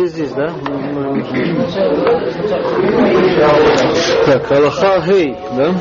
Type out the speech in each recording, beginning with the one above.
все здесь, да? Так, Аллаха Гей, да?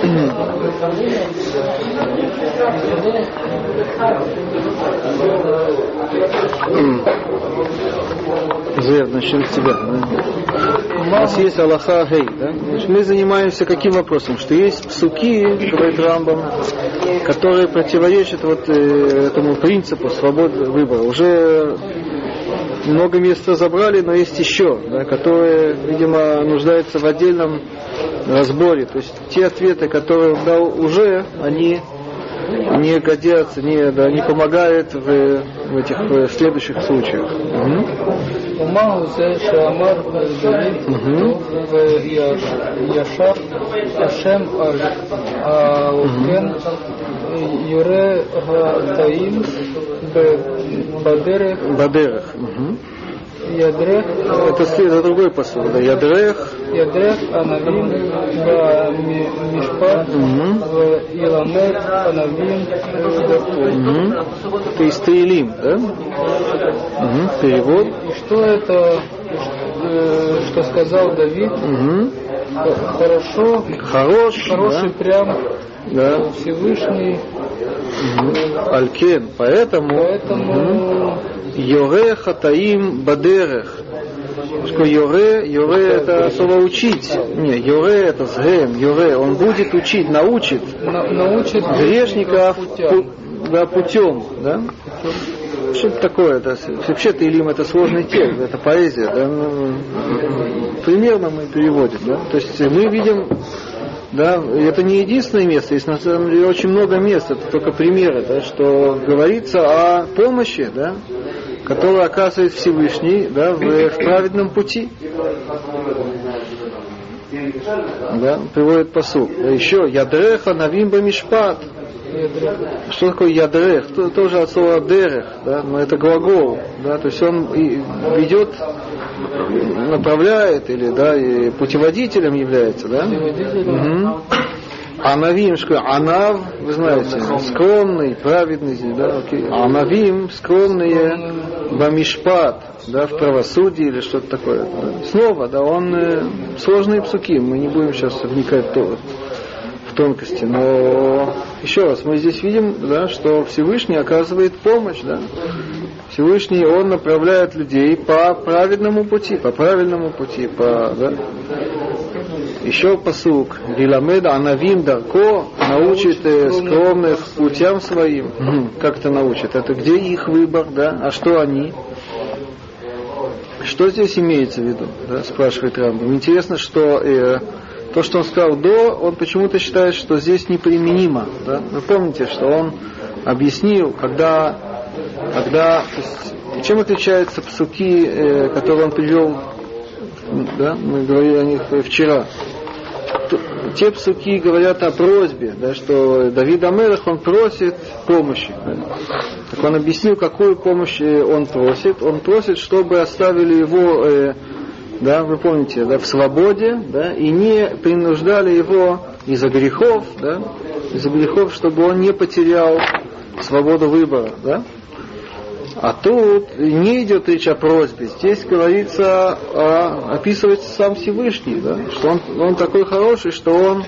Зер, начнем с тебя. Да? У нас есть Аллаха Гей, да? Значит, мы занимаемся каким вопросом? Что есть псуки, говорит Рамбам, которые противоречат вот этому принципу свободы выбора. Уже много мест разобрали, но есть еще, да, которые, видимо, нуждаются в отдельном разборе. То есть те ответы, которые он дал уже, они не годятся, не помогают в этих следующих случаях. ומהו זה שאמר דוד וישר השם על כן יורה התאים בדרך. ידרך, это другой посыл, да, ידרך ענבים במשפט וילמד ענבים בדרכו. Это из Таилим, да? Перевод. И что это, что сказал Давид? Хороший, да? Прям, да. Всевышний. Алькен, поэтому Йоре хатаим бадерех. Йоре это слово учить. Не, Йоре это сгэм, Йоре. Он будет учить, научит грешников путем. Да? Что это такое? Да? Вообще Таилим это сложный текст, это поэзия. Да? Примерно мы переводим. Да? То есть мы видим, да, это не единственное место, есть на самом деле очень много мест, это только примеры, да, что говорится о помощи, да, которую оказывает Всевышний, да, в праведном пути. Да, приводит пасук. Еще ядреха навим бамишпат. Что такое ядрех? Тоже от слова дерех, да, но это глагол, да, то есть он ведет, направляет или, да, и путеводителем является, да. Анавим, анав, вы знаете, скромный, праведный, да, окей. Анавим, скромные, бамишпат, да, в правосудии или что-то такое. Да. Снова, да, он сложные псуки, мы не будем сейчас вникать в тонкости, но еще раз, мы здесь видим, да, что Всевышний оказывает помощь, да. Всевышний, он направляет людей по праведному пути, да. Еще пасук. Лиламеда анавим дарко, научит скромных путям своим. Как это научит? Это где их выбор, да? А что они? Что здесь имеется в виду? Да? Спрашивает Рамбам. Интересно, что то, что он сказал до, он почему-то считает, что здесь неприменимо. Да? Вы помните, что он объяснил, когда чем отличаются псуки, которые он привел, да? Мы говорили о них вчера. Те псуки говорят о просьбе, да, что Давид ха-Мелех, он просит помощи. Да. Так он объяснил, какую помощь он просит. Он просит, чтобы оставили его, да, вы помните, да, в свободе, да, и не принуждали его из-за грехов, да, чтобы он не потерял свободу выбора. Да. А тут не идет речь о просьбе. Здесь говорится, описывается сам Всевышний, да, что он такой хороший, что он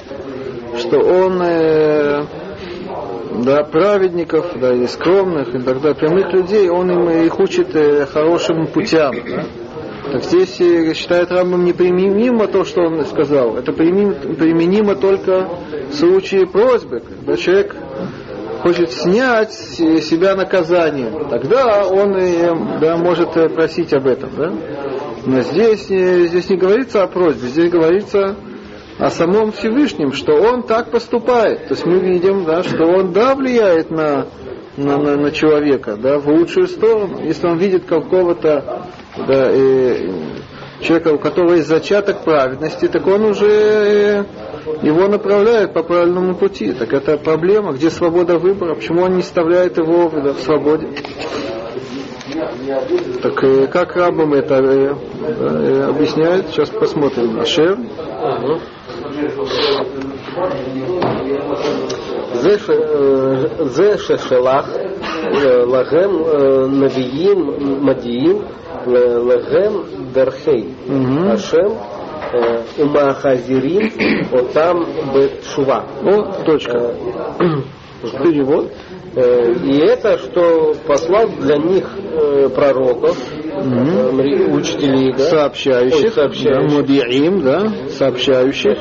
да, праведников, да, и скромных, и так далее, прямых людей, он их учит хорошим путям. Да. Так здесь считает Рамбам неприменимо то, что он сказал. Это применимо только в случае просьбы, когда человек хочет снять с себя наказание, тогда он да, может просить об этом. Да? Но здесь не говорится о просьбе, здесь говорится о самом Всевышнем, что он так поступает. То есть мы видим, да, что он, да, влияет на человека, да, в лучшую сторону. Если он видит какого-то, да, человека, у которого есть зачаток праведности, так он уже его направляет по правильному пути. Так это проблема, где свобода выбора, почему он не оставляет его, да, в свободе. Так как Рамбам это объясняет, сейчас посмотрим. Ашер. זה ששלח לכם נביאים מדהים לכם דרכי השם ומחזירים אותם בתשובה. Точка. Перевод. И это, что послал для них пророков, учителей, да? Сообщающих, мудиим, да, сообщающих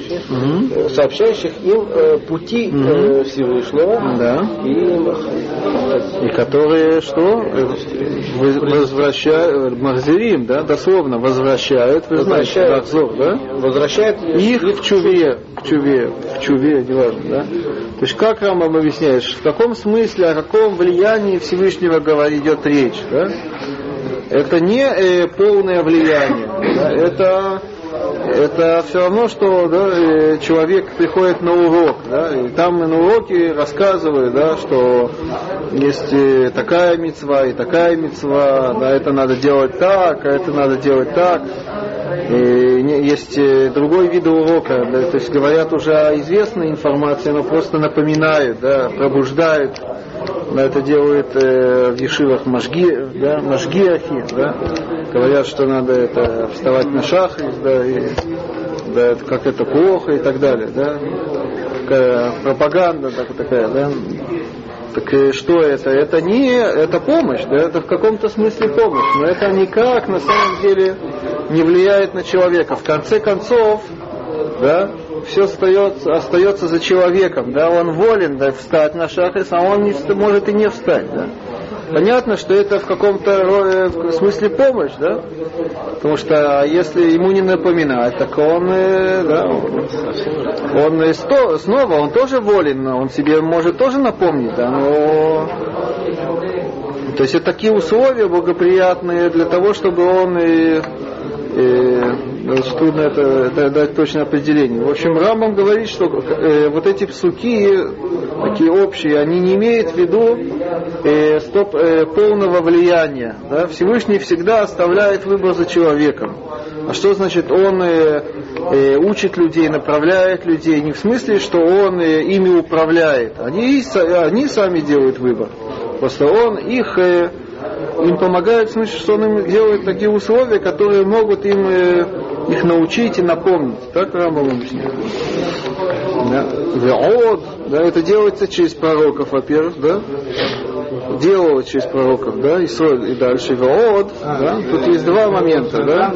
им пути Всевышнего, да, и которые что? Возвращают, махзирим, да, дословно возвращают, вы знаете, махзор, да? Возвращают их в чуве, неважно, да? То есть как Рамбам объясняет, в каком смысле, о каком влиянии Всевышнего идет речь, да? Это не полное влияние, да? Это все равно, что, да, человек приходит на урок, да, и там на уроке рассказывают, да, что есть такая мицва и такая мицва, да, это надо делать так, а это надо делать так. И есть другой вид урока, да, то есть говорят уже о известной информации, но просто напоминают, да, пробуждают. Да, это делают в ешивах машгиахи, да, говорят, что надо это вставать на шахрис, да, и да, как это плохо и так далее, да, такая пропаганда такая, да. Так что это? Это не, это помощь, да, это в каком-то смысле помощь, но это никак на самом деле не влияет на человека. В конце концов, да, все остается за человеком, да, он волен, да, встать на шахрис, а он может и не встать, да. Понятно, что это в каком-то смысле помощь, да, потому что если ему не напоминать, так он, да, он снова, он тоже волен, он себе может тоже напомнить, да, но... То есть это такие условия благоприятные для того, чтобы он трудно это дать точное определение. В общем, Рамбам говорит, что вот эти псуки, такие общие, они не имеют в виду полного влияния. Да? Всевышний всегда оставляет выбор за человеком. А что значит он учит людей, направляет людей? Не в смысле, что он ими управляет. Они сами делают выбор. Просто он им помогает, в смысле, что он им делает такие условия, которые могут им их научить и напомнить. Так Рамбам объясняет. Да. Да, это делается через пророков, во-первых, да. Делалось через пророков, да, и дальше да. Тут есть два момента, да.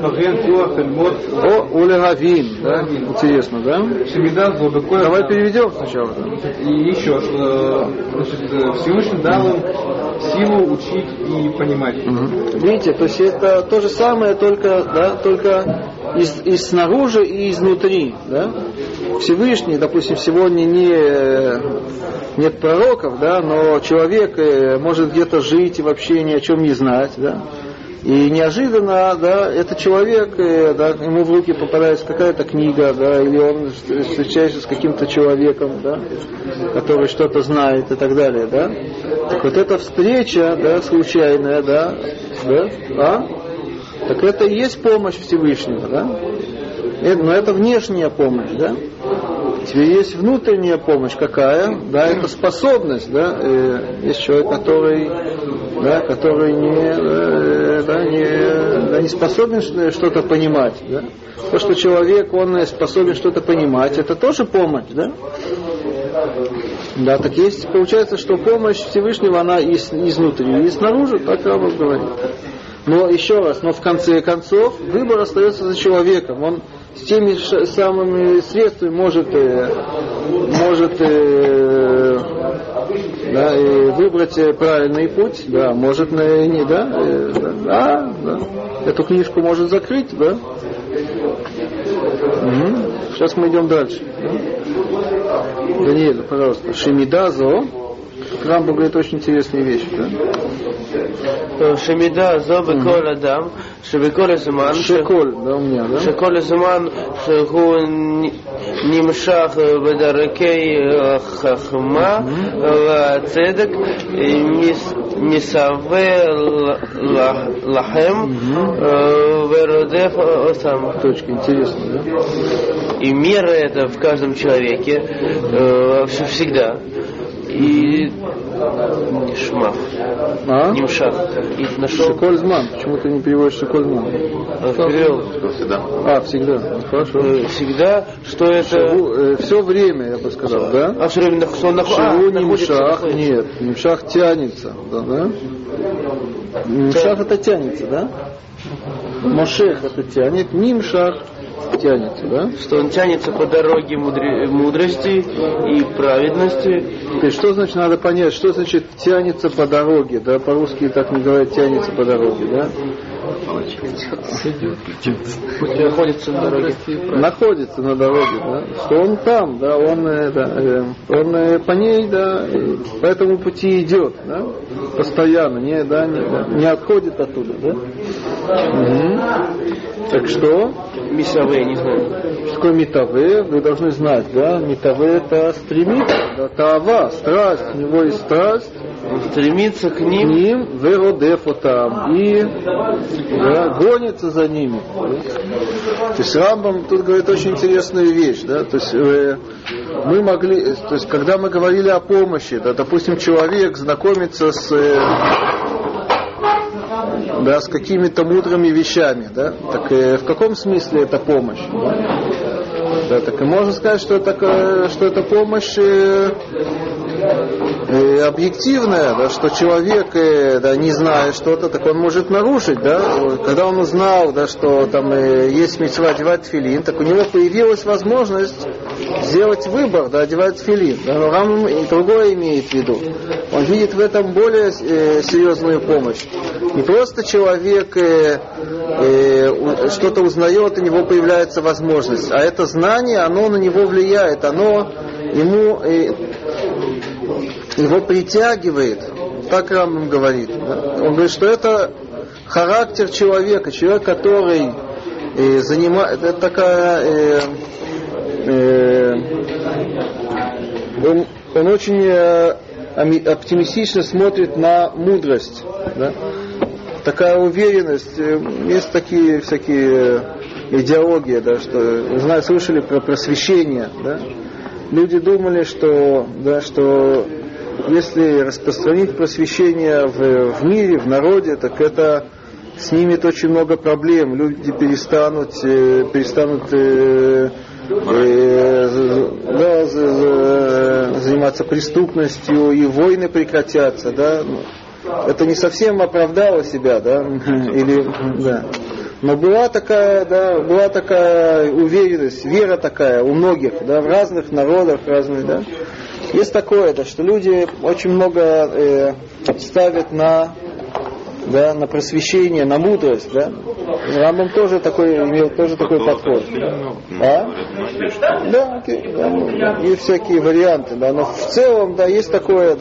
Улеравин, да. Интересно, да. Давай переведем сначала. И еще, что Всевышний дал им силу учить и понимать. Видите, то есть это то же самое, только и снаружи, и изнутри, да. Всевышний, допустим, сегодня нет пророков, да, но человек может где-то жить и вообще ни о чем не знать, да. И неожиданно, да, этот человек, да, ему в руки попадается какая-то книга, да, или он встречается с каким-то человеком, да, который что-то знает и так далее, да. Так вот эта встреча, да, случайная, да, так это и есть помощь Всевышнего, да. Но это внешняя помощь, да. Теперь есть внутренняя помощь какая, да, это способность, да, есть человек, который не способен что-то понимать, да. То, что человек, он способен что-то понимать, это тоже помощь, да. Да, так есть, получается, что помощь Всевышнего, она изнутри, и снаружи, так Рамбам говорит. Но еще раз, в конце концов, выбор остается за человеком. Он с теми самыми средствами может выбрать правильный путь, да, может не, да. Эту книжку может закрыть, да. Сейчас мы идем дальше. Даниэль, пожалуйста. Шемидазо. Рамбам говорит очень интересные вещи, да. Шемида зо бекол адам, шебекол зман. Шеколь, да, у меня, да. Шеколь зман, שהוא נמשך בדרכי חכמה וצדק, מסווה לכם ורодев אותם. Точка, интересно, да? И мера это в каждом человеке всегда. И шмах. А? Нимшах. И нашел. Шикользман. Почему ты не переводишь Шикользман? Перевел. А, всегда. Хорошо. Всегда, что это... Все время, я бы сказал, да? А все время Шиву нимшах, нет. Нимшах тянется, да? Нимшах это тянется, да? Мошех это тянет, нимшах тянется, да? Что он тянется по дороге мудрости и праведности. То есть, что значит, надо понять, что значит тянется по дороге, да? По-русски так не говорят, тянется по дороге, да? Находится на дороге. Находится на дороге, да? Что он там, да? Он по ней, да? По этому пути идет, да? Постоянно, не отходит оттуда, да? Угу. Так что? Мисаве, не знаю. Что такое митаве? Вы должны знать, да? Митаве это стремиться, да? Таава, страсть, у него есть страсть. Он стремится к ним. Веродефо там. И да, гонится за ними. Да? То есть Рамбам тут говорит очень интересную вещь, да? То есть мы могли, то есть когда мы говорили о помощи, да, допустим, человек знакомится с какими-то мудрыми вещами, да? Так в каком смысле это помощь? Да, так и можно сказать, что это помощь объективная, да, что человек, да, не зная что-то, так он может нарушить, да? Когда он узнал, да, что там есть мицва одевать тфилин, так у него появилась возможность сделать выбор, да, одевать тфилин. Да? Но Рамбам и другое имеет в виду. Он видит в этом более серьезную помощь. Не просто человек что-то узнает, у него появляется возможность, а это знание, оно на него влияет, оно его притягивает. Так Рамбам говорит. Да? Он говорит, что это характер человека, человек, который занимает, это такая, он очень оптимистично смотрит на мудрость. Да? Такая уверенность, есть такие всякие идеологии, да, что, слышали про просвещение, да? Люди думали, что если распространить просвещение в мире, в народе, так это снимет очень много проблем. Люди перестанут заниматься преступностью, и войны прекратятся, да. Это не совсем оправдало себя, да, да. Но была такая уверенность, вера такая у многих, да, в разных народах, да. Есть такое, да, что люди очень много ставят на просвещение, на мудрость, да. Рамбам тоже имел такой подход. Да? Да, есть всякие варианты, да, но в целом, да, есть такое,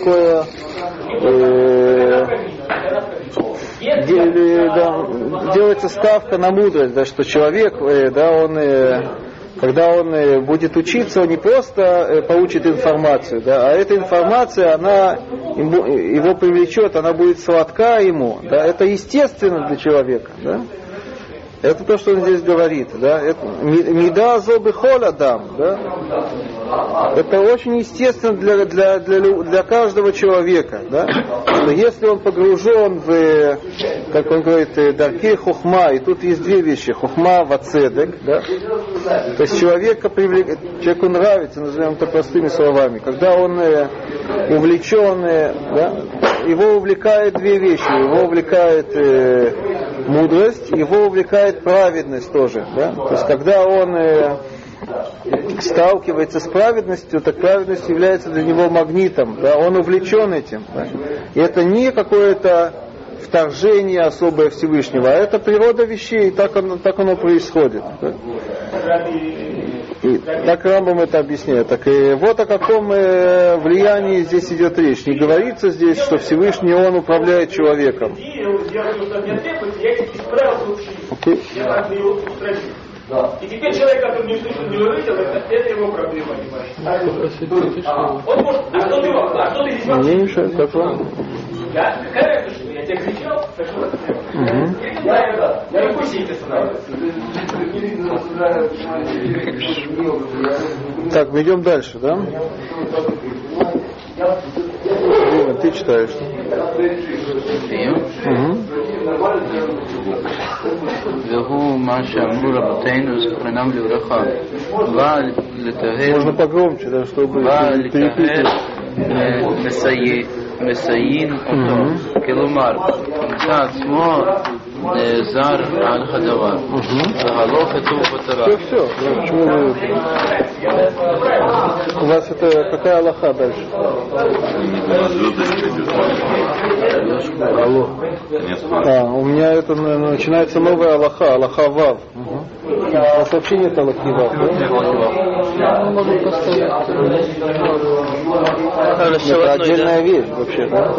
делается ставка на мудрость, да, что человек, когда он будет учиться, он не просто получит информацию, да, а эта информация, она его привлечет, она будет сладка ему, да, это естественно для человека, да. Это то, что он здесь говорит, да. Мида зобы холя дам, да. Это очень естественно для каждого человека, да. Что если он погружен в, как он говорит, даркей хохма, и тут есть две вещи, хохма вацедек, да. То есть человеку нравится, назовем это простыми словами, когда он увлечен, да, его увлекает две вещи, его увлекает мудрость, его увлекает праведность тоже, да? То есть когда он сталкивается с праведностью, так праведность является для него магнитом, да? Он увлечен этим, да? И это не какое-то вторжение особое Всевышнего, а это природа вещей, так оно происходит, да? И так Рамбам это объясняет. Так и вот о каком влиянии здесь идет речь. Не говорится здесь, что Всевышний Он управляет человеком. Okay. И теперь человек, который не услышал, не выразил, это его проблема, понимаешь? Он может, а что ты здесь можешь? Не мешает, как вам? Да? Какая разница, что я тебе кричал, так что это прямо. Да. На какой сети становится? Так, мы идем дальше, да? Дима, ты читаешь. והוא מה שאמרו רבותינו זכרונם לברכה בא לטהר Можно погромче, да, чтобы בא переписывать. לטהר מסיין אותו כלומר מצא עצמו זר על הדבר והלא כתוב בתורה. Все. Почему вы... У вас это какая алаха дальше? Алло. У меня это начинается новая алаха, алаха вав. У вас вообще нет алахи вав, да? Могу поставить. Это отдельная вещь вообще, да?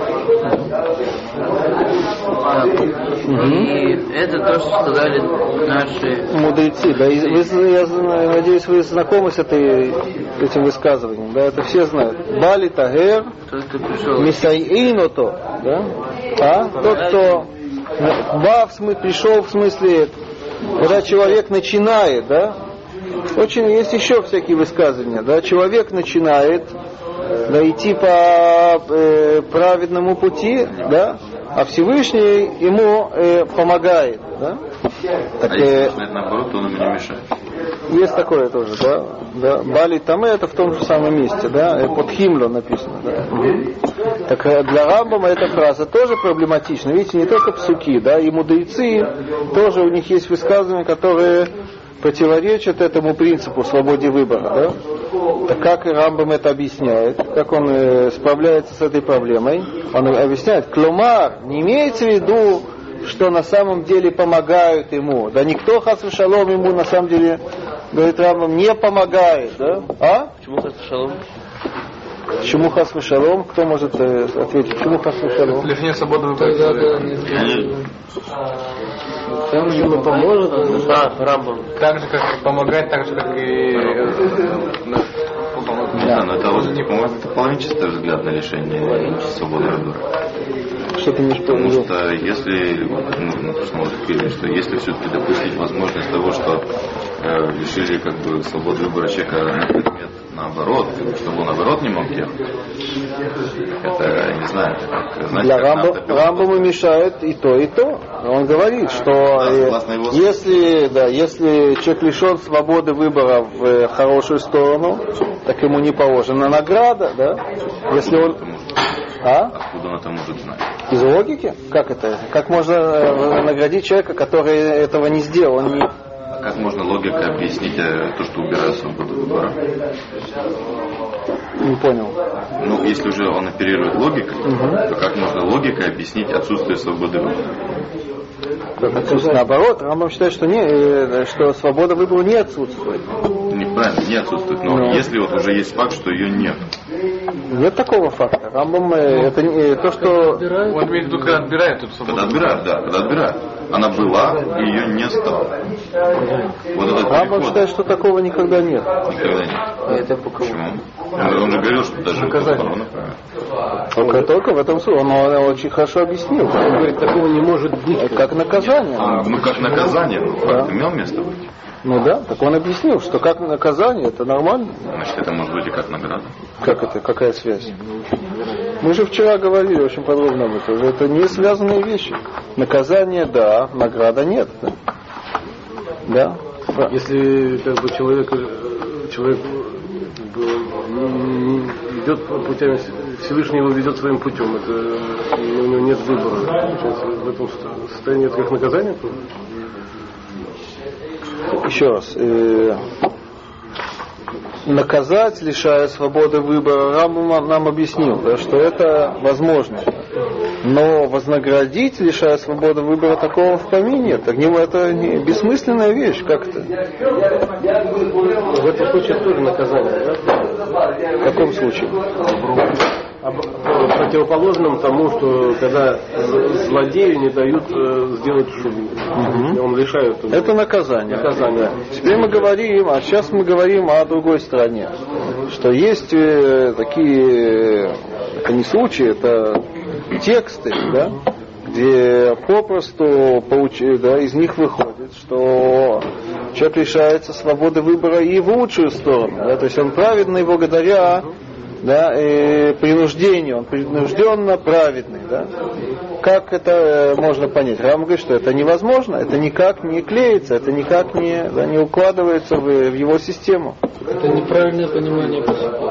И это то, что сказали наши мудрецы, да, и вы, я надеюсь, вы знакомы с этим высказыванием, да, это все знают. Бали тагер, мисайиното, да, тот, кто пришел в смысле, когда человек начинает, да, очень есть еще всякие высказывания, да, человек начинает, да, идти по праведному пути, да, а Всевышний ему помогает, да? Так, начинает наоборот, то он ему не мешает. Есть такое тоже, да? Да. Бали Таме это в том же самом месте, да? Под Химло написано, да? Так для Рамбама эта фраза тоже проблематична. Видите, не только псуки, да, и мудрецы тоже у них есть высказывания, которые противоречат этому принципу свободе выбора, да? Так как Рамбам это объясняет, как он справляется с этой проблемой? Он объясняет, клумар, не имеется в виду, что на самом деле помогают ему. Да никто, хас вешалом, ему на самом деле, говорит Рамбам, не помогает, да? А? Почему хас вешалом? Почему хас вешалом? Кто может ответить? Почему хас вешалом? Лишняя свобода выбора. Там ему поможет, Рамбам. Так же, как помогает, так же, как и... Да, но это вот, по-моему, это половинчатый взгляд на лишение свободы выбора. Что ты имеешь в Потому виду? что если, что если все-таки допустить возможность того, что лишили как бы свободы выбора человека на предмет наоборот, чтобы он наоборот не мог делать, это, я не знаю, это как, знаете, Для как Рамбаму мешает и то, и то. Он говорит, что если человек лишен свободы выбора в хорошую сторону, так ему не положена награда, да? Если он... Откуда он это может знать? Из логики? Как это? Как можно наградить человека, который этого не сделал? Он не... Как можно логикой объяснить то, что убирает свободу выбора? Не понял. Ну, если уже он оперирует логикой, то как можно логикой объяснить отсутствие свободы выбора? Наоборот, Рамбам считает, что свобода выбора не отсутствует. Неправильно, не отсутствует. Но если вот уже есть факт, что ее нет. Нет такого факта. Рамбам это не то, что... Он имеет в виду, когда отбирает эту свободу. Когда отбирают, да, когда отбирают. Она была, и ее не стало. Вот этот Рамбам переход считает, что такого никогда нет. никогда нет. Это по кому? Почему? Он же говорил, что даже наказание. Только в этом случае. Он очень хорошо объяснил. Он говорит, такого не может быть. Как наказание. Ну, как наказание, но факт имел место быть. Ну да, так он объяснил, что как наказание, это нормально. Значит, это может быть и как награда. Как это? Какая связь? Мы же вчера говорили очень подробно об этом. Это не связанные вещи. Наказание, да, награда нет. Да. Если как бы человек идет путями, Всевышний его ведет своим путем, это у него нет выбора. В этом состоянии это как наказание? Еще раз. Наказать, лишая свободы выбора, Рамбам нам объяснил, да, что это возможно. Но вознаградить, лишая свободы выбора, такого в помине нет. Это не бессмысленная вещь как-то. В этом случае тоже наказание, да? В каком случае? противоположным тому, что когда злодею не дают сделать шубу. Он лишает. Это наказание. Теперь мы говорим, а сейчас мы говорим о другой стороне. Что есть такие, это не случаи, это тексты, да, где попросту из них выходит, что человек лишается свободы выбора и в лучшую сторону. Да, то есть он праведный благодаря принуждению, он принужденно праведный. Да? Как это можно понять? Рам говорит, что это невозможно, это никак не клеится, это никак не укладывается в его систему. Это неправильное понимание псуков.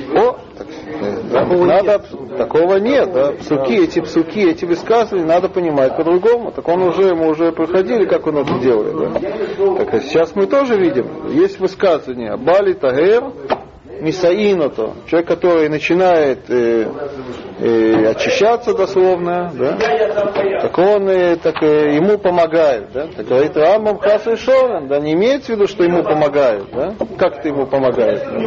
Такого нет. Да? Эти псуки, эти высказывания надо понимать по-другому. Так мы уже проходили, как он это делает. Да? Так сейчас мы тоже видим, есть высказывание Бали Тагер Мисаиното, человек, который начинает очищаться дословно, да, так он ему помогает, да, так говорит Рамбам Хас Решонен, да, не имеется в виду, что ему помогают, да, как это ему помогает? Да?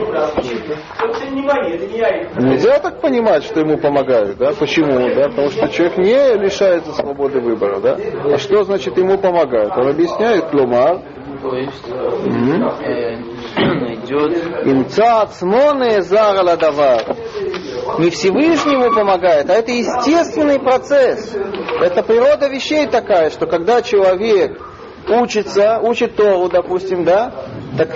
Нельзя так понимать, что ему помогают, да, почему, да, потому что человек не лишается свободы выбора, да, а что значит ему помогают? Он объясняет, Клумар, то есть идет не Всевышний ему помогает, а это естественный процесс. Это природа вещей такая, что когда человек учит Тору, допустим, да, так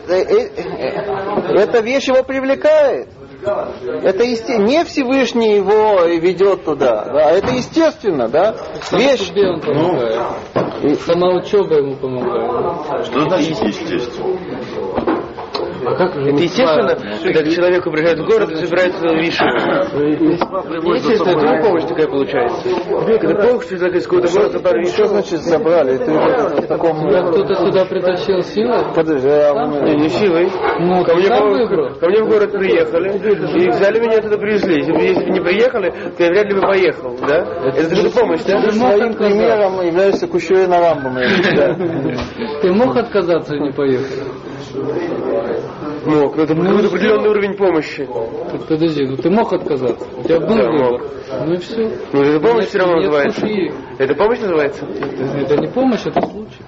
эта вещь его привлекает. Это не Всевышний его ведет туда, да, это естественно, да. Вещь. Себе он помогает. Сама учеба ему помогает. Что значит естественно? Это естественно, когда к человеку приезжает в город и собирается виши. Естественно, это не помощь такая получается. Когда помощь человек из какого-то города пару виши. Что значит забрали? Это в таком... Кто-то сюда притащил силой? Подожди, не силой. Ну, ко мне в город приехали и взяли меня туда привезли. Если бы не приехали, то я вряд ли бы поехал, да? Это же помощь, да? Ты своим примером являешься Кушуей на Рамбаме. Ты мог отказаться и не поехать? Мог, но это был определенный уровень помощи. Так подожди, ты мог отказаться? У тебя был выбор. Ну и все. Ну это помощь все равно называется. Это помощь называется? Это не помощь, это случай.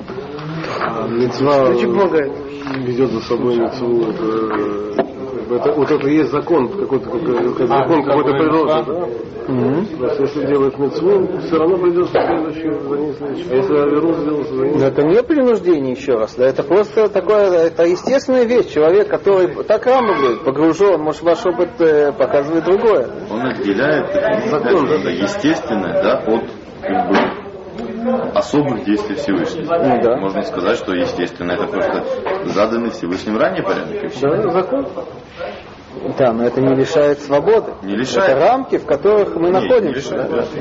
Мицва ведет за собой мицву. Вот это есть закон какой-то природы, да? То есть, если делает мицву, все равно придется следующий за ней следующий. А если Аверу сделал, за ней... Это не принуждение, еще раз, да, это просто такое, это естественная вещь. Человек, который так Рамбам погружен, может, ваш опыт показывает другое. Он отделяет это естественное, да, от особых действий Всевышнего. Да. Можно сказать, что естественно это просто заданный Всевышним ранее порядок. Да, закон. Да, но это не лишает свободы. Не лишает. Это рамки, в которых мы находимся. Не лишает,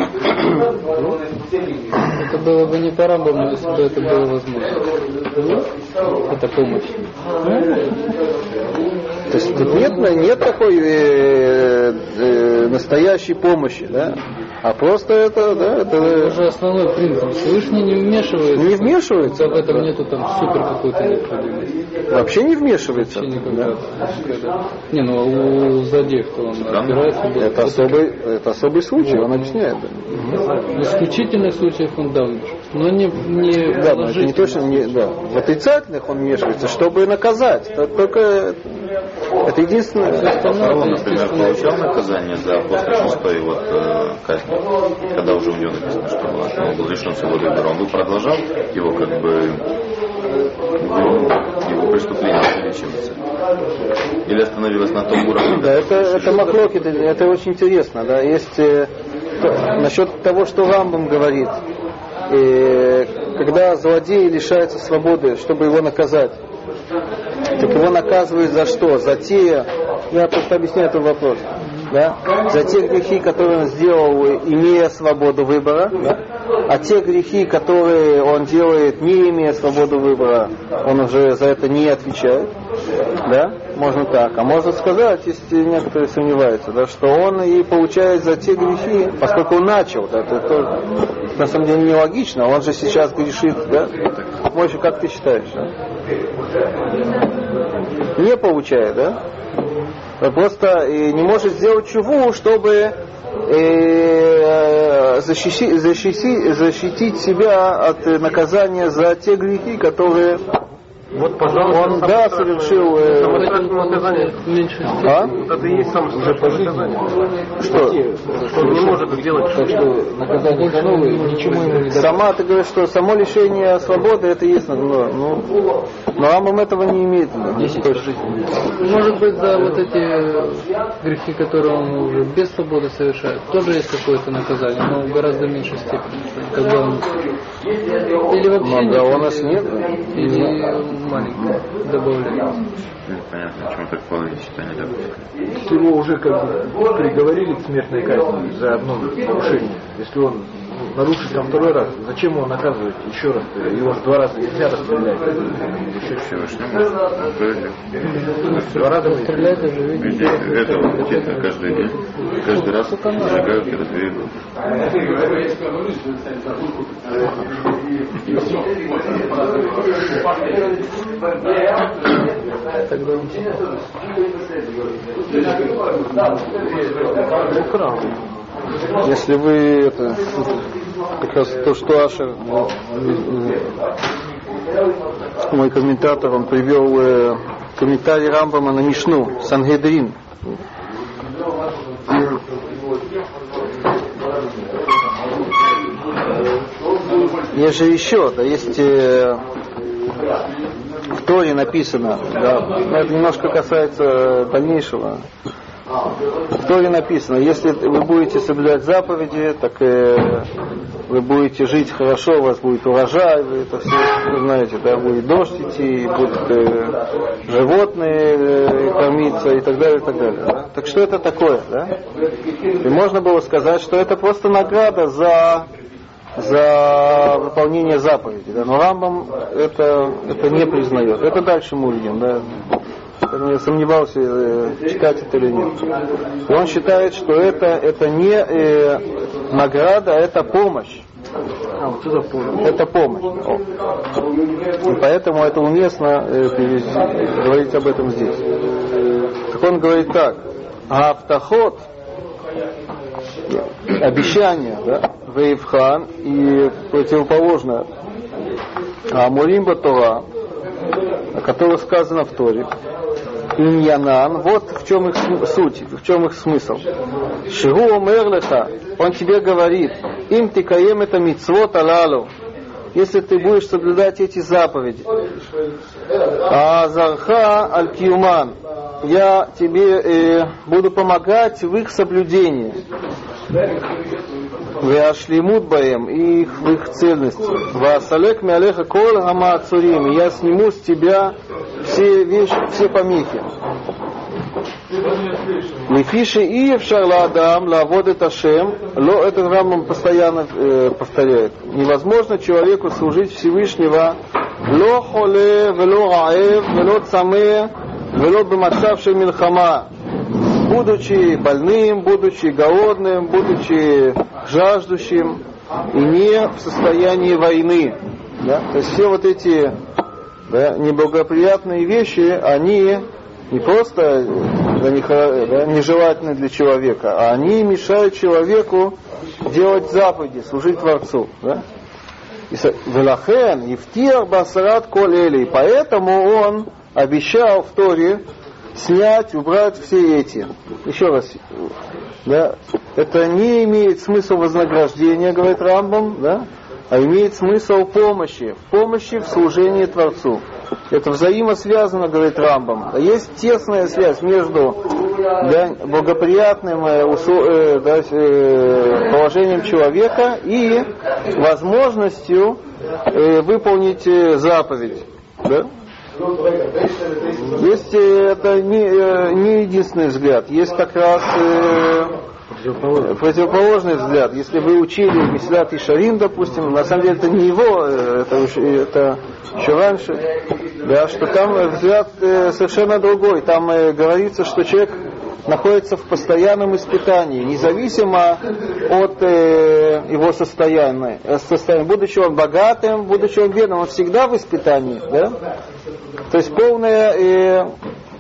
Это было бы не по Рамбаму, если бы это было возможно. Это помощь. То есть тут нет такой настоящей помощи, да? А просто Это же основной принцип. Всевышний не вмешивается. Не вмешивается. В этом нету там супер какой-то необходимости. Вообще не вмешивается. Вообще никогда. Не, ну у злодеев-то он опирается. Это особый случай, он объясняет. Да. В исключительных случаях он дал вмешиваться. Но не да, но это не точно, да. В отрицательных он вмешивается, чтобы наказать. Только это единственное. Фараон, например, получал наказание за после шестой казни, когда уже у него написано, что он был лишен свободы выбора. Он бы продолжал его его преступление увеличиваться? Или остановилось на том уровне? Да, это маклоки, это очень интересно. Да. Есть насчет того, что Рамбам говорит, когда злодей лишается свободы, чтобы его наказать, так его наказывают за что? За те, я просто объясняю этот вопрос, да? За те грехи, которые он сделал, имея свободу выбора, да? А те грехи, которые он делает, не имея свободу выбора, он уже за это не отвечает, да? Можно так. А можно сказать, если некоторые сомневаются, да, что он и получает за те грехи, поскольку он начал, да, это на самом деле нелогично, он же сейчас грешит, да? Мойша, как ты считаешь? Да? Не получает, да? просто не может сделать чуву, чтобы защитить себя от наказания за те грехи, которые вот, пожалуйста, он совершил. Наказание. Это и есть наказание. Что он не может сделать, что наказание новое, ничему ему не сама ты говоришь, что само лишение свободы это и есть но Рамбам этого не имеет. Может быть, за вот эти грехи, которые он уже без свободы совершает, тоже есть какое-то наказание, но в гораздо меньшей степени. Когда он... Или вообще нет. У нас нет. Или маленькое добавление. Понятно, почему так половина считания допустим. Если его уже приговорили к смертной казни за одно нарушение, если он нарушит там второй раз, зачем его наказывать еще раз? Его же 2 раза нельзя расстрелять. Еще Всевышнему. Два раза стрелять даже видите. Это каждый день. Каждый раз зажигают и раздвигают. Если вы как раз то, что Ашер, мой комментатор, он привел комментарий Рамбама на Мишну, Сангедрин. Есть же еще, есть в Торе написано, но это немножко касается дальнейшего. В Торе написано, если вы будете соблюдать заповеди, так вы будете жить хорошо, у вас будет урожай, вы это все знаете, будет дождь идти, будут животные кормиться и так далее, и так далее. Да? Так что это такое? Да? И можно было сказать, что это просто награда за выполнение заповеди. Да? Но Рамбам это не признает. Это дальше мы увидим. Да? Я сомневался, читать это или нет. И он считает, что это не награда, а это помощь. Это помощь. И поэтому это уместно говорить об этом здесь. Так он говорит так. Автоход, обещание, да, вейвхан, и противоположно Амурим Тора, о которых сказано в Торе. Иньянан, вот в чем их суть, в чем их смысл. Шигу омерлеха, он тебе говорит, им ты каем это мицвот алалу, если ты будешь соблюдать эти заповеди. А зарха аль-киуман, я тебе буду помогать в их соблюдении. Веашлимут баем, и в их цельности. Ваасалек миалеха кол гамаацурим, я сниму с тебя все помехи. Лефиши и в шарладам лаводет Ашем, ло этот Рамбам постоянно повторяет. Невозможно человеку служить Всевышнего ло холе, вело раев, вело цаме, вело бемацав шель милхама, будучи больным, будучи голодным, будучи жаждущим и не в состоянии войны. Да? То есть все вот эти неблагоприятные вещи, они не просто нежелательны для человека, а они мешают человеку делать заповеди, служить Творцу. Да? Велахен, Ифтир, Басарат, Колели. И поэтому он обещал в Торе снять, убрать все эти. Еще раз. Да? Это не имеет смысла вознаграждения, говорит Рамбам, да? А имеет смысл помощи в служении Творцу. Это взаимосвязано, говорит Рамбам. Есть тесная связь между благоприятным положением человека и возможностью выполнить заповедь. Да? Есть это не единственный взгляд, есть как раз противоположный взгляд. Если вы учили Месилат Ишарим, допустим, на самом деле это не его, это еще раньше, да, что там взгляд совершенно другой. Там говорится, что человек находится в постоянном испытании, независимо от его состояния. Будучи он богатым, будучи он бедным, он всегда в испытании. Да? То есть полное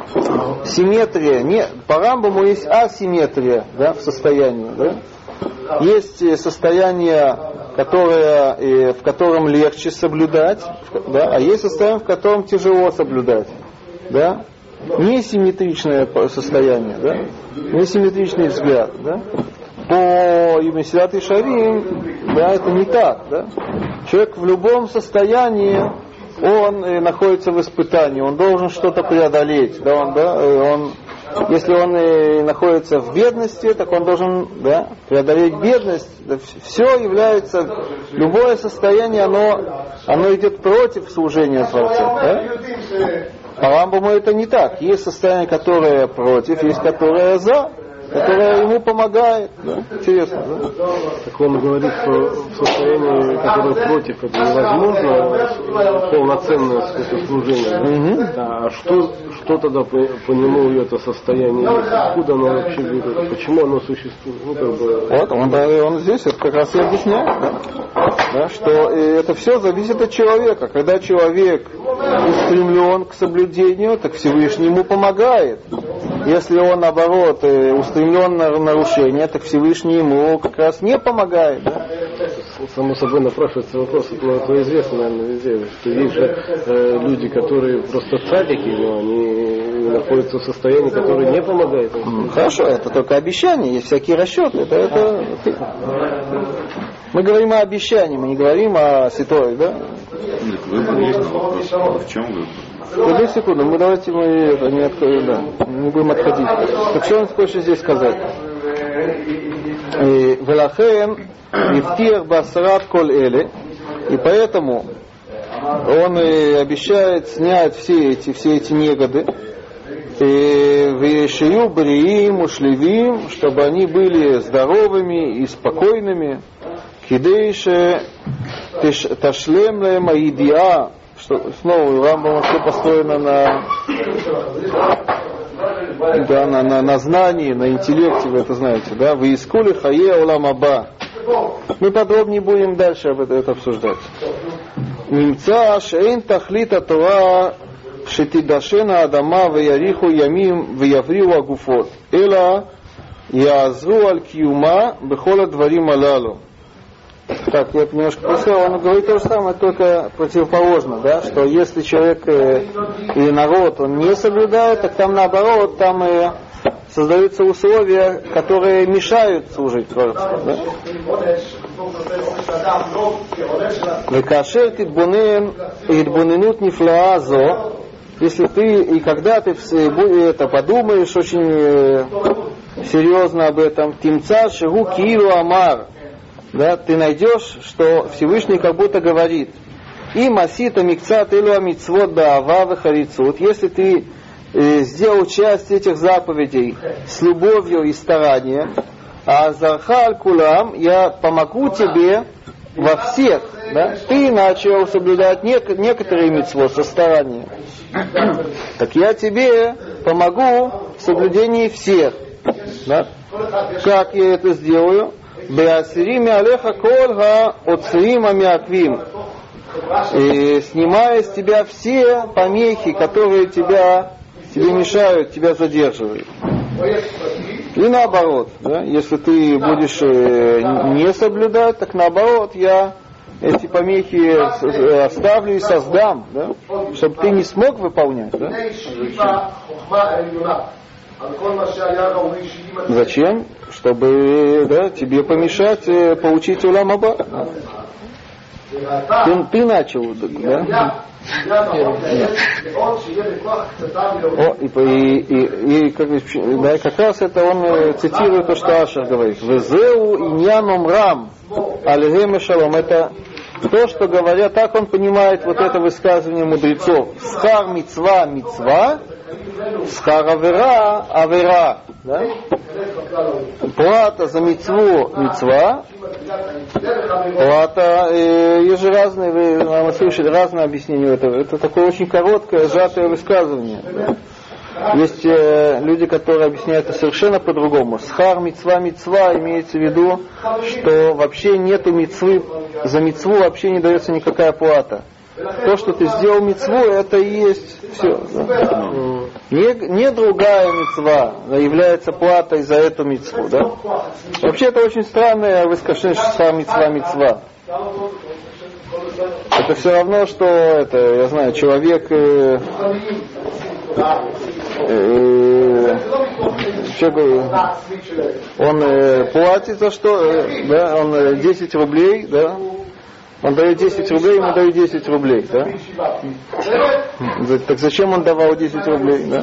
симметрия, по Рамбаму есть асимметрия, да, в состоянии, да? Есть состояние, в котором легче соблюдать, да, а есть состояние, в котором тяжело соблюдать, да? Несимметричное состояние, да? Несимметричный взгляд, да? По Месилат Йешарим, да, это не так, да? Человек в любом состоянии, он находится в испытании, он должен что-то преодолеть, да, если он находится в бедности, так он должен, да, преодолеть бедность. Да, все является, любое состояние, оно идет против служения Творцу. Да? По Рамбаму это не так. Есть состояние, которое против, есть которое за, которое ему помогает. Да? Интересно, да? Так он говорит, что в состоянии, которое против, это невозможно полноценное служение. А что тогда по нему это состояние? Откуда оно вообще берет? Почему оно существует? Вот, он здесь это как раз и объясняет, да, что это все зависит от человека. Когда человек устремлен к соблюдению, так Всевышний ему помогает. Если он, наоборот, устремлен на нарушение, так Всевышний ему как раз не помогает. Да? Само собой напрашивается вопрос, это известно, наверное, везде, что есть же люди, которые просто цадики, но они находятся в состоянии, которое не помогает. Хорошо, это только обещание, есть всякие расчеты. Мы говорим о обещании, мы не говорим о ситуации, да? Выбор есть, но вопрос, в чем выбор? Подожди секунду, давайте не откроем, да, не будем отходить. Так что он хочет здесь сказать? Велахем ифтир басрат коль эле, и поэтому он обещает снять все эти негоды, вешию бриим ушлевим, чтобы они были здоровыми и спокойными, кидейше ташлем лем аидиа, что снова у Рамбама все построено на знании, на интеллекте, вы это знаете, да? Вы искули хае улам аба. Мы подробнее будем дальше об этом обсуждать. Нимца шейн тахлита Тора шетидашена адама веяриху ямим веяврию агуфот. Эла яазру аль киюма бехола дварим алалу. Так, я немножко просил, он говорит то же самое, только противоположно, да, что если человек или народ, он не соблюдает, так там наоборот, там создаются условия, которые мешают служить Творцу. Да? Векашер титбоненут нифлаазо, если ты, и когда ты это подумаешь очень серьезно об этом, тимца шигу киилу амар, да, ты найдешь, что Всевышний как будто говорит: и масита микцат элуа мицвот баава вехарицут, если ты сделал часть этих заповедей с любовью и старанием, а зархаль кулам, я помогу тебе во всех, да, ты начал соблюдать некоторые мицвот со старанием, так я тебе помогу в соблюдении всех, да. Как я это сделаю? Беасирими алеха кольга отцрим амиаквим, снимая с тебя все помехи, которые тебе мешают, тебя задерживают. И наоборот, да, если ты будешь не соблюдать, так наоборот, я эти помехи оставлю и создам, да, чтобы ты не смог выполнять. Да? Зачем? Чтобы, да, тебе помешать получить улам аба. Ты начал, да? Как раз это он цитирует то, что Ашер говорит. Везеу иньяном рам аль-гем шалом. Это то, что говорят, так он понимает вот это высказывание мудрецов. Схар мицва мицва, схар авера авера. Да? Плата за мицву мицва, плата, есть же разные, вы слышали разные объяснения этого. Это такое очень короткое, сжатое высказывание. Да? Есть люди, которые объясняют это совершенно по-другому. Схар мицва мицва имеется в виду, что вообще нету мицвы, за мицву вообще не дается никакая плата. то, что ты сделал мицву, это и есть все. Да? Не другая мицва является платой за эту мицву. Да? Вообще это очень странное высказывание, что сам мицва. Это все равно, что я знаю, человек он платит за что, да, он 10 рублей, да, он дает 10 рублей, ему дают 10 рублей, да? Так зачем он давал 10 рублей, да?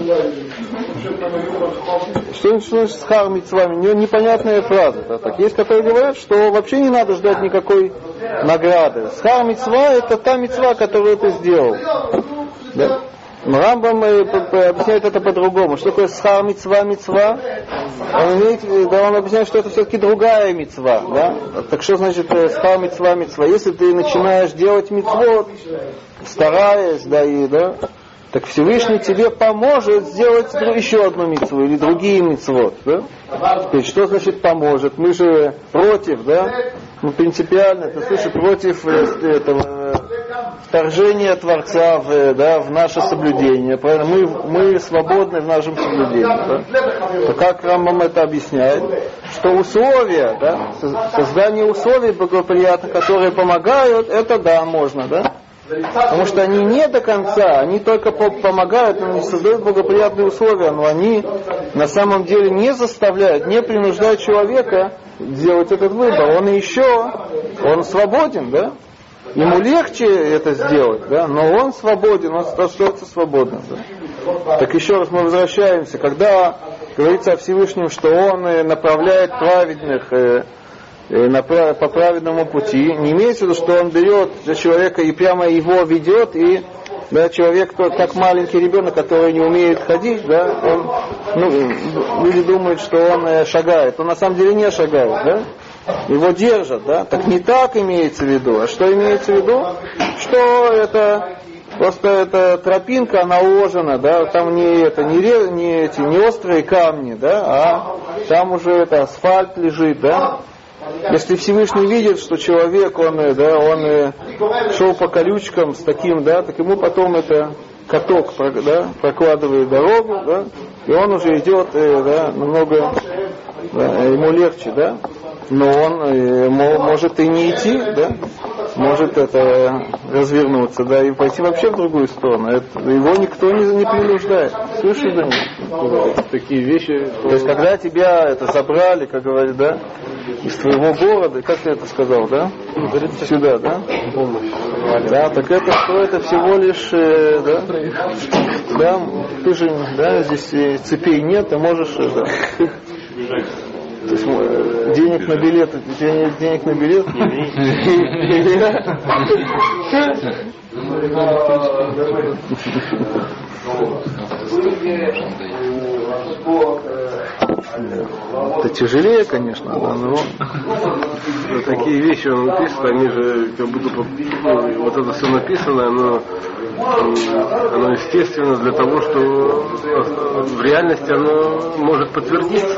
Что значит схар мицвами? Непонятная фраза. Да? Так, есть, которые говорят, что вообще не надо ждать никакой награды. Схар мицва — это та мицва, которую ты сделал. Да? Рамбам объясняет это по-другому. Что такое схар мицва? Он объясняет, что это все-таки другая мицва. Да? Так что значит схар мицва? Если ты начинаешь делать мицвот, стараясь, да, так Всевышний тебе поможет сделать еще одну мицву или другие мицвот. Да? Теперь, что значит поможет? Мы же против, да? Мы принципиально, это слышит, против этого вторжения Творца в наше соблюдение. Мы свободны в нашем соблюдении. Да? То как Рамбам это объясняет? Что условия, да, создание условий благоприятных, которые помогают, это да, можно, да? Потому что они не до конца, они только помогают, но не создают благоприятные условия, но они на самом деле не заставляют, не принуждают человека делать этот выбор. Он свободен, да? Ему легче это сделать, да? Но он свободен, он остается свободным. Да? Так еще раз мы возвращаемся, когда говорится о Всевышнем, что он направляет праведных по праведному пути, не имеется в виду, что он берет человека и прямо его ведет, и да, человек, как маленький ребенок, который не умеет ходить, да, люди думают, что он шагает, он на самом деле не шагает, да? Его держат, да? Так не так имеется в виду. А что имеется в виду? Что это просто эта тропинка, она уложена, да, там не острые камни, да, а там уже асфальт лежит, да. Если Всевышний видит, что человек, он шел по колючкам с таким, да, так ему потом каток, да, прокладывает дорогу, да, и он уже идет, да, намного, да, ему легче, да, но он может и не идти, да, может развернуться, да, и пойти вообще в другую сторону. Его никто не принуждает. Слышишь, да? Такие вещи. То есть, когда тебя забрали, как говорят, да, из твоего города, как ты это сказал, да? Сюда, да? Да, так это что? Это всего лишь, да, ты же, да, здесь цепей нет, ты можешь, да. То есть, денег на билет, у тебя нет денег на билет? Это тяжелее, конечно, да, но такие вещи он написано, они же как будто вот это все написано, оно естественно для того, что в реальности оно может подтвердиться.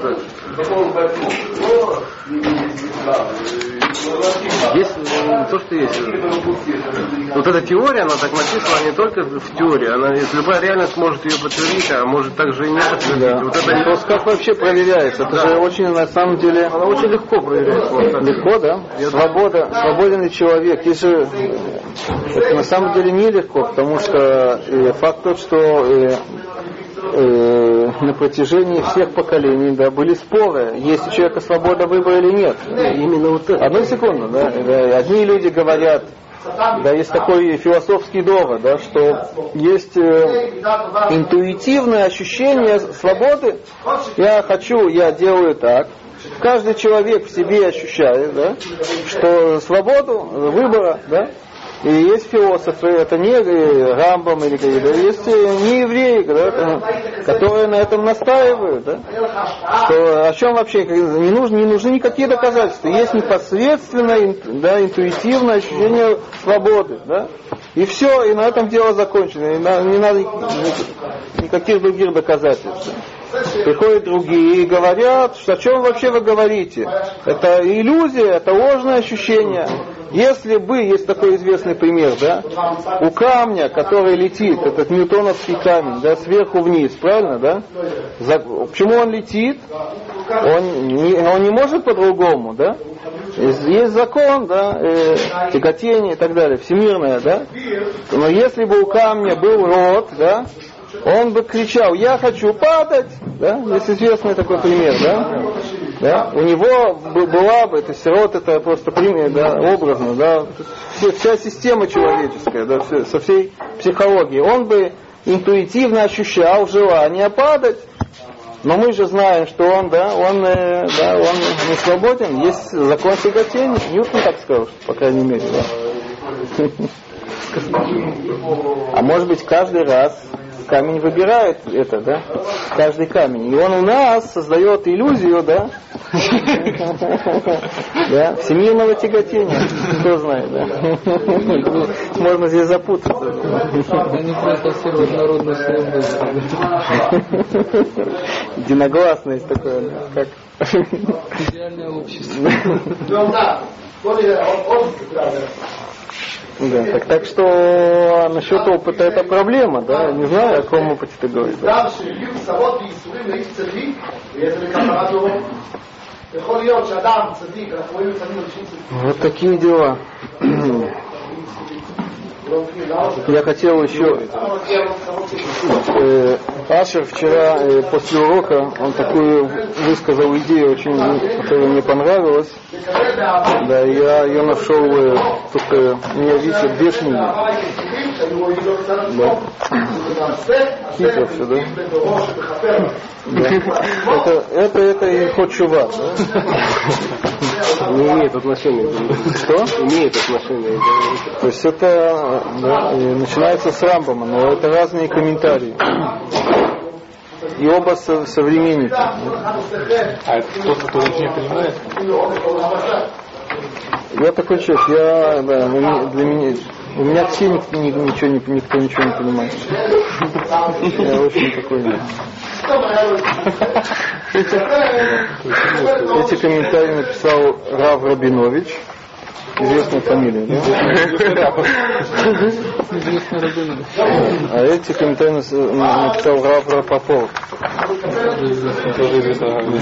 Есть то, что есть. Вот эта теория, она так написана не только в теории, любая реальность может ее подтвердить, а может также и не подтвердить. Да. Вот это просто как вообще проверяется? Это же очень, на самом деле, она очень легко проверяется. Легко, да? Свободен ли человек? Если это на самом деле нелегко, потому что факт тот, что на протяжении всех поколений, да, были споры, есть у человека свобода выбора или нет. Именно вот это. Одну секунду, да. Одни люди говорят, да, есть такой философский довод, да, что есть интуитивное ощущение свободы. Я делаю так. Каждый человек в себе ощущает, да, что свободу выбора, да. И есть философы, это не Рамбам или какие-то, есть не евреи, да, которые на этом настаивают, да, что о чем вообще не нужны никакие доказательства, есть непосредственное, да, интуитивное ощущение свободы, да, и все, и на этом дело закончено, и не надо никаких других доказательств. Приходят другие и говорят, что о чем вообще вы говорите? Это иллюзия, это ложное ощущение. Если бы, есть такой известный пример, да, у камня, который летит, этот ньютоновский камень, да, сверху вниз, правильно, да? Почему он летит? Он не может по-другому, да? Есть закон, да, тяготение и так далее, всемирное, да? Но если бы у камня был рот, да, он бы кричал: я хочу падать, да? Есть известный такой пример, да? Да? У него была бы, то есть рот, это просто пример, да, образно, да, вся система человеческая, да, со всей психологией. Он бы интуитивно ощущал желание падать. Но мы же знаем, что он не свободен, есть закон тяготения. Ньютон так сказал, по крайней мере. Да. А может быть, каждый раз камень выбирает это, да? Каждый камень. И он у нас создает иллюзию, да? Да? Всемирного тяготения. Кто знает, да? Можно здесь запутаться. Они просто народные службы. Единогласность такое, как... Идеальное общество. Да, так что насчет опыта это проблема, да? Не знаю, о каком опыте ты говоришь. Да? Вот такие дела. Я хотел еще... Ашер вчера после урока, он такую высказал идею, которая мне понравилась. Да, я ее нашел, только у меня висят две книги. Да. Хитро все, да? Да. Это Илхот Шува. Не имеет отношения. Что? Имеет отношение. То есть это, да, начинается с Рамбама, но это разные комментарии. И оба современники. А это тот, кто не понимает? Я такой человек, для меня, у меня все никто ничего не понимает. Я очень такой. Эти комментарии написал Рав Рабинович. Известная фамилия, да? Известный Рабинович. А эти комментарии написал Рав Рапопорт. Тоже известный.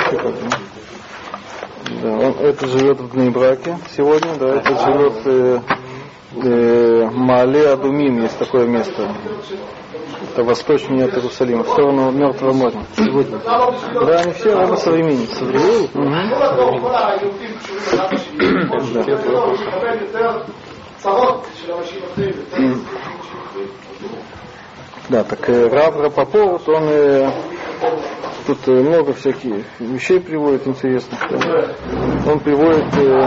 Да, этот живет в Бней-Браке сегодня, да, этот живет Маале Адумим, есть такое место. Это восточнее от Иерусалима, в сторону Мертвого моря. Сегодня. Да, они все оба современники. Да, так Рав Рапопорт, он тут много всяких вещей приводит интересных. Он приводит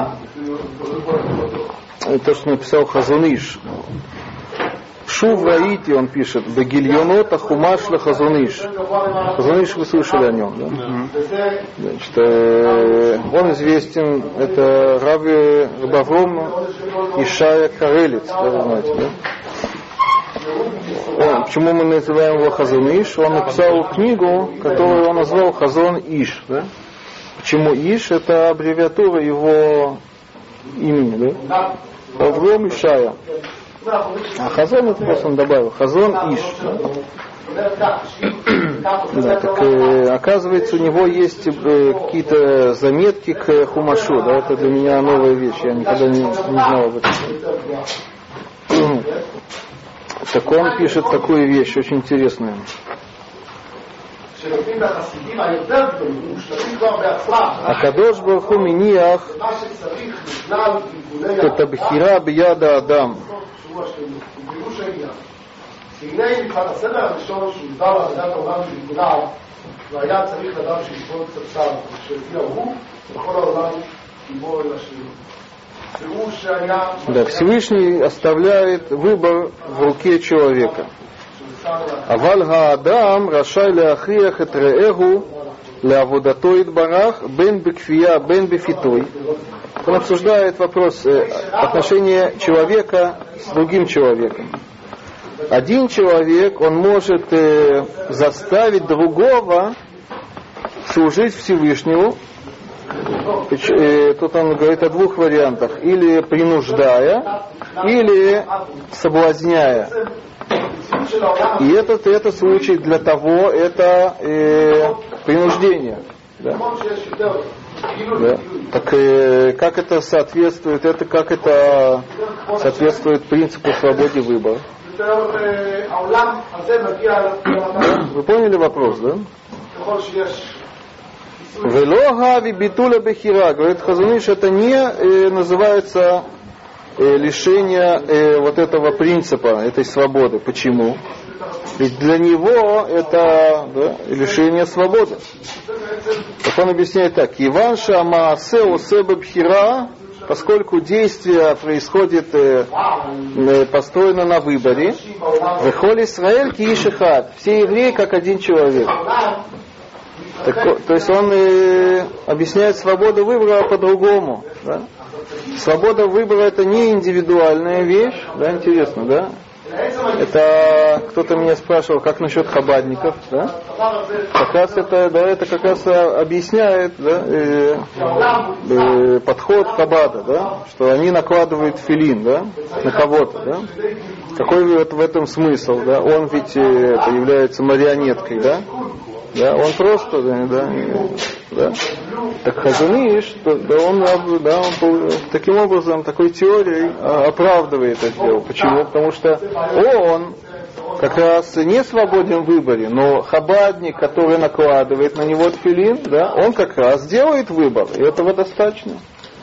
то, что написал Хазон Иш. Шув Раити, он пишет, Багильонота Хумашла Хазон Иш. Хазон Иш, вы слышали о нем, да? Значит, он известен, это Рави Рабавром Ишая Карелец, да, вы знаете, да? Почему мы называем его Хазон Иш? Он написал книгу, которую он назвал Хазон Иш. Да? Почему Иш? Это аббревиатура его имени. Да? Авром Ишая. А Хазон это просто он добавил. Хазон Иш. Да? Да, так, оказывается, у него есть какие-то заметки к Хумашу. Да? Это для меня новая вещь. Я никогда не знал об этом. Так он пишет такую вещь, очень интересную. Акадош Баруху миниах катабхира бияда адам. Да, Всевышний оставляет выбор в руке человека. Аваль гаадам рашай ляхриях эт реэгу ляводато идбарах бен бекфия бен бефитой. Он обсуждает вопрос отношения человека с другим человеком. Один человек, он может заставить другого служить Всевышнему Тут он говорит о двух вариантах. Или принуждая, или соблазняя. И это случай для того, это принуждение. Да? Да. Так как это соответствует, принципу свободы выбора? Вы поняли вопрос, да? Велога вибитуля бехира, говорит Хазон Иш, это не называется лишение вот этого принципа, этой свободы. Почему? Ведь для него это лишение свободы. Так он объясняет так: Иванша Маасе Осеба Бхира, поскольку действие происходит, построено на выборе, Вехоль Исраэль ки иш эхад, все евреи как один человек. То есть он объясняет свободу выбора по-другому. Да? Свобода выбора это не индивидуальная вещь, да, интересно, да? Это кто-то меня спрашивал, как насчет хабадников, да? Как раз это как раз объясняет, да, подход хабада, да, что они накладывают филин, да, на кого-то, да? Какой в этом смысл, да? Он ведь является марионеткой, да? Да, он просто, да. Так Хазон Иш, он таким образом, такой теорией оправдывает это дело. Почему? Потому что он как раз не свободен в выборе, но хабадник, который накладывает на него тфилин, да, он как раз делает выбор, и этого достаточно.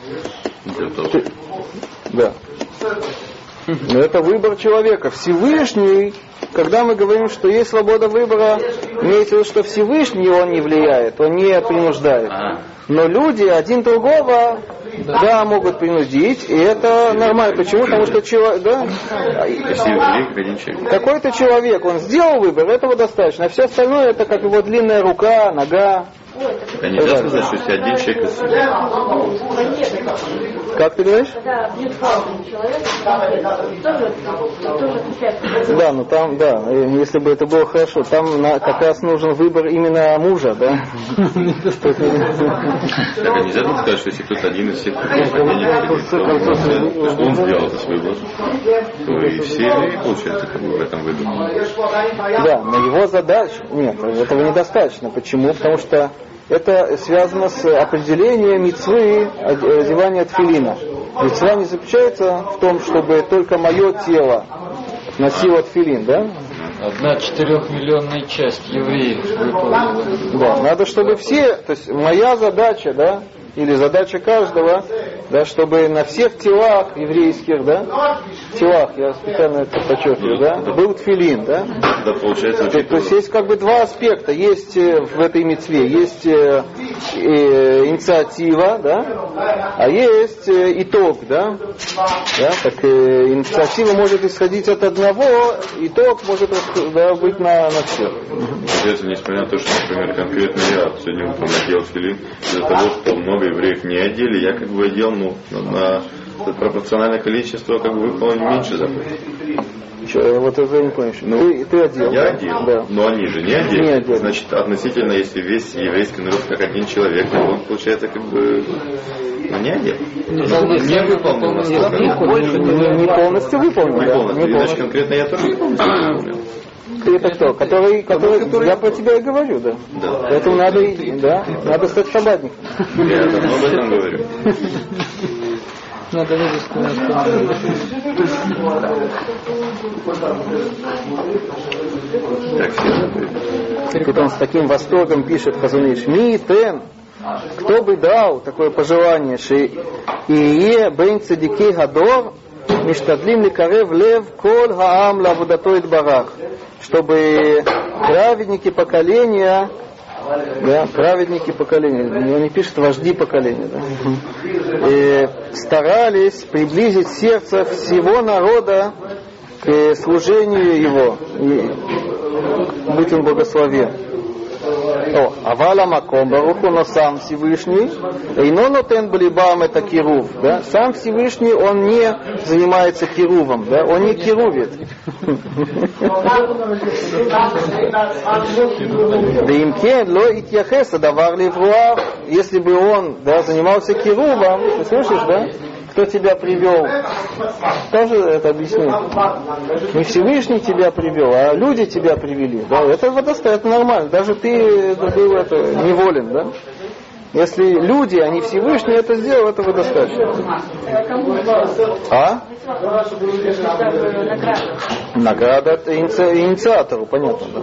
Да. Но это выбор человека. Всевышний, когда мы говорим, что есть свобода выбора, имеется в виду, что Всевышний он не влияет, он не принуждает. Но люди один другого, да, могут принудить, и это нормально. Почему? Потому что какой-то человек, он сделал выбор, этого достаточно. А все остальное это как его длинная рука, нога. А нельзя сказать, что если один человек... Как ты говоришь? Да, но там, да, если бы это было хорошо, там как раз нужен выбор именно мужа, да? Так нельзя сказать, что если кто-то один из всех, он сделал это свой выбор, то и все евреи, получается, как бы в этом выборе. Да, но его задача, нет, этого недостаточно. Почему? Потому что это связано с определением мицвы одевания тфилина. Мицва не заключается в том, чтобы только мое тело носило тфилин, да? 1/4 часть евреев выполнила. Да, надо, чтобы все, то есть моя задача, да, или задача каждого, да, чтобы на всех телах еврейских, да, телах, я специально это подчеркиваю, да, был тфилин, да. Да, получается, то есть есть как бы два аспекта, есть в этой мицве, есть инициатива, да, а есть итог, да. Так инициатива может исходить от одного, итог может быть на всех. Получается, несмотря на то, что, например, конкретно я сегодня утром надел тфилин, из-за того, что много евреев не одели, я как бы одел, на пропорциональное количество как бы выполнил меньше заповедей. Вот это я не понял. Ты одел. Я одел, да. Но они же не одели. Значит, относительно, если весь еврейский народ как один человек, то он, получается, как бы не одел. Не выполнил настолько. Не полностью выполнил. Не полностью. Иначе конкретно я тоже не полностью выполнил. Ты это кто? Который я про тебя и говорю, да. Поэтому надо стать хабадником. Я давно об этом говорю. Надо вывести на Тут он с таким восторгом пишет Хазон Иш: «Ми тен, кто бы дал такое пожелание, ши ие бен цадикей гадор, миштадлим ликарев лев кол хаам лавудато идбарах», чтобы праведники поколения, он не пишет вожди поколения, да, старались приблизить сердце всего народа к служению его, и быть он благословен. Авала Маком Баруху, но сам Всевышний, Эйнонотен Балибам это Кирув, да? Сам Всевышний, он не занимается кирувом, да? Он не кирувит. Да имкен ло итьяхеса давар левруав. Если бы он, да, занимался кирувом, ты слышишь, да? Кто тебя привел? Тоже это объяснил. Не Всевышний тебя привел, а люди тебя привели. Да? Это водостает, это нормально. Даже ты был это, неволен, да? Если люди, а не Всевышний это сделал, этого достаточно. А? Награда от инициатору, понятно, да.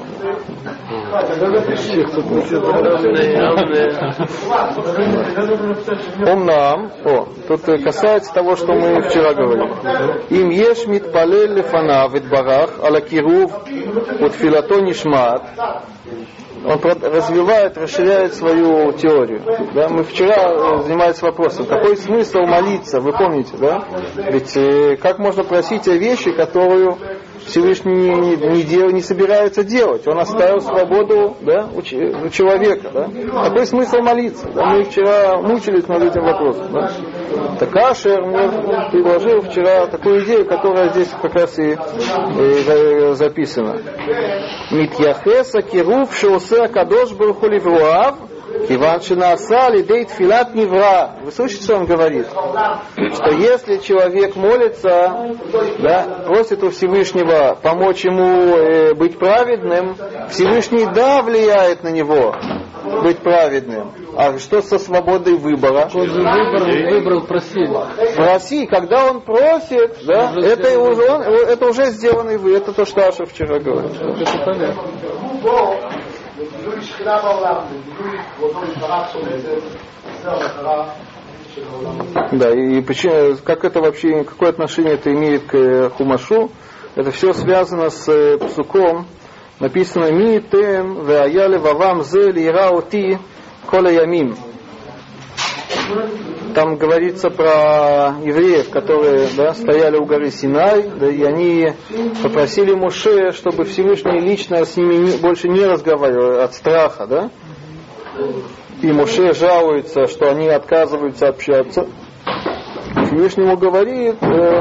Омнам, тут касается того, что мы вчера говорили. Им еш митпалель лефанав итбарах аля кирув утфилато нишмат. Он развивает, расширяет свою теорию. Да? Мы вчера занимались вопросом, какой смысл молиться, вы помните, да? Ведь как можно просить о вещи, которую Всевышний не собирается делать? Он оставил свободу, да, у человека. Да? Какой смысл молиться? Да? Мы вчера мучились над этим вопросом. Да? Так Ашер мне предложил вчера такую идею, которая здесь как раз и записана. Митьяхеса кирув шоусе кадош баруху ливруав киван шинааса лидей тфилат невра. Вы слышите, что он говорит? Что если человек молится, да, просит у Всевышнего помочь ему быть праведным, Всевышний, да, влияет на него быть праведным. А что со свободой выбора? Он же выбрал просить. Просить, когда он просит, да, это уже сделанный вы. Это то, что Аша вчера говорил. Это понятно. Да, и почему, как это вообще, какое отношение это имеет к Хумашу? Это все связано с псуком. Написано «Ми тем веаяли вавам зе лираути кола ямим». Там говорится про евреев, которые, да, стояли у горы Синай, да, и они попросили Моше, чтобы Всевышний лично с ними больше не разговаривал от страха. Да? И Моше жалуется, что они отказываются общаться. Всевышнему говорит,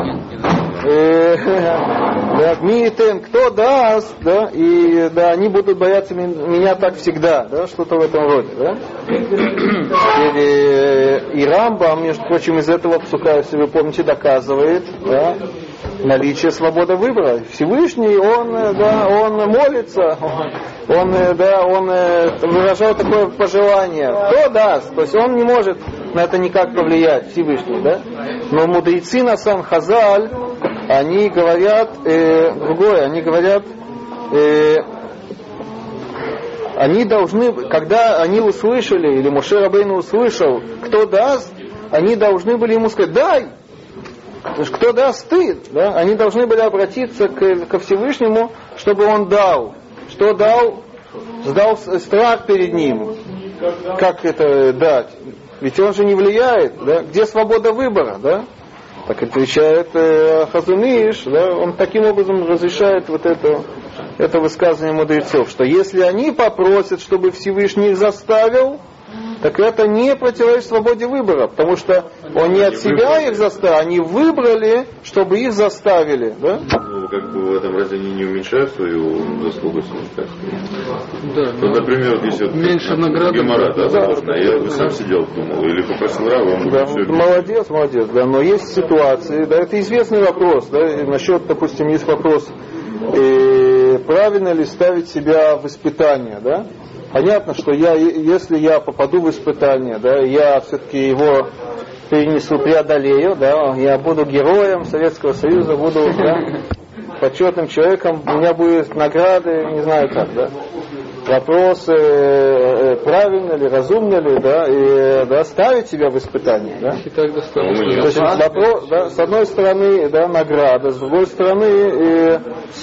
Митем, кто даст, да, и да, они будут бояться меня так всегда, да, что-то в этом роде, да. И Рамбам, между прочим, из этого псука, если вы помните, доказывает, да, наличие свободы выбора. Всевышний, он молится, он выражал такое пожелание. Кто даст? То есть он не может на это никак повлиять, Всевышний, да? Но мудрецы на сам Хазаль, они говорят другое, они говорят, они должны, когда они услышали, или Моше Рабейну услышал, кто даст, они должны были ему сказать, дай! Кто даст, ты? Да? Они должны были обратиться ко Всевышнему, чтобы он дал. Что дал? Сдал страх перед ним. Как это дать? Ведь он же не влияет. Да? Где свобода выбора? Да? Так отвечает Хазуниш, да? Он таким образом разрешает вот это высказывание мудрецов, что если они попросят, чтобы Всевышний их заставил, так это не противоречит свободе выбора, потому что он не от себя их заставил, они выбрали, чтобы их заставили. Да? Ну, как бы в этом разве они не уменьшают свою заслугу, так сказать? Да, вот, например, если меньше награды. Гемора, да, я бы сам сидел, думал, или попросил Рава, он да, все... Молодец, да, но есть ситуации, да, это известный вопрос, да, насчет, допустим, есть вопрос, правильно ли ставить себя в испытание, да? Понятно, что если я попаду в испытание, да, я все-таки его перенесу, преодолею, да, я буду героем Советского Союза, буду, да, почетным человеком, у меня будут награды, не знаю как, да. Вопрос, правильно ли, разумно ли, да, и да, ставить себя в испытание, да. Значит, вопрос, да, с одной стороны, да, награда, с другой стороны,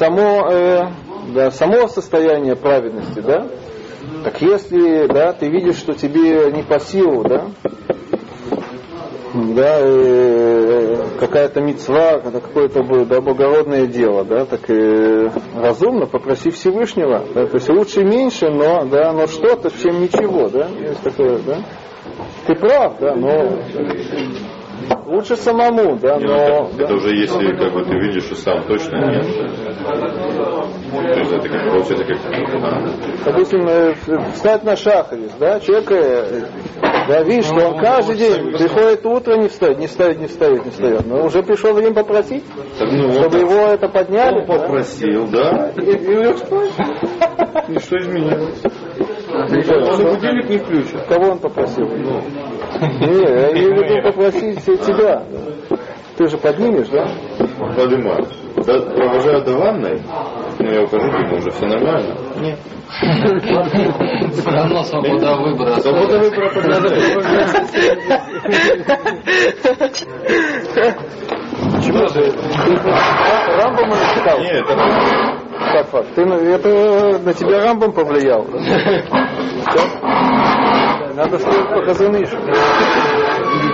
само состояние праведности, да. Так если, да, ты видишь, что тебе не по силу, да, да, какая-то мицва, какое-то благородное дело, да, так и разумно попроси Всевышнего, да, то есть лучше меньше, но, да, но что-то, чем ничего, да, есть такое, да. Ты прав, да, но лучше самому, да, но... Это уже если как бы ты видишь, что сам точно нет. То есть это как получается как... Допустим, встать на шахрис, да, человек, да, видишь, что он каждый день приходит утро, не встает. Но уже пришло время попросить, чтобы его это подняли. Попросил, да, и лег спать. И что изменилось? Он будильник не включит. Кого он попросил? Не, я имею в виду попросить тебя. Ты же поднимешь, да? Поднимаю. Провожаю до ванной, но я ухожу, ему уже все нормально. Нет. Все равно свобода выбора. Свобода выбора Почему же? Рамбама читал? Нет, это... Как факт? Это на тебя Рамбам повлиял? Надо строить показаны.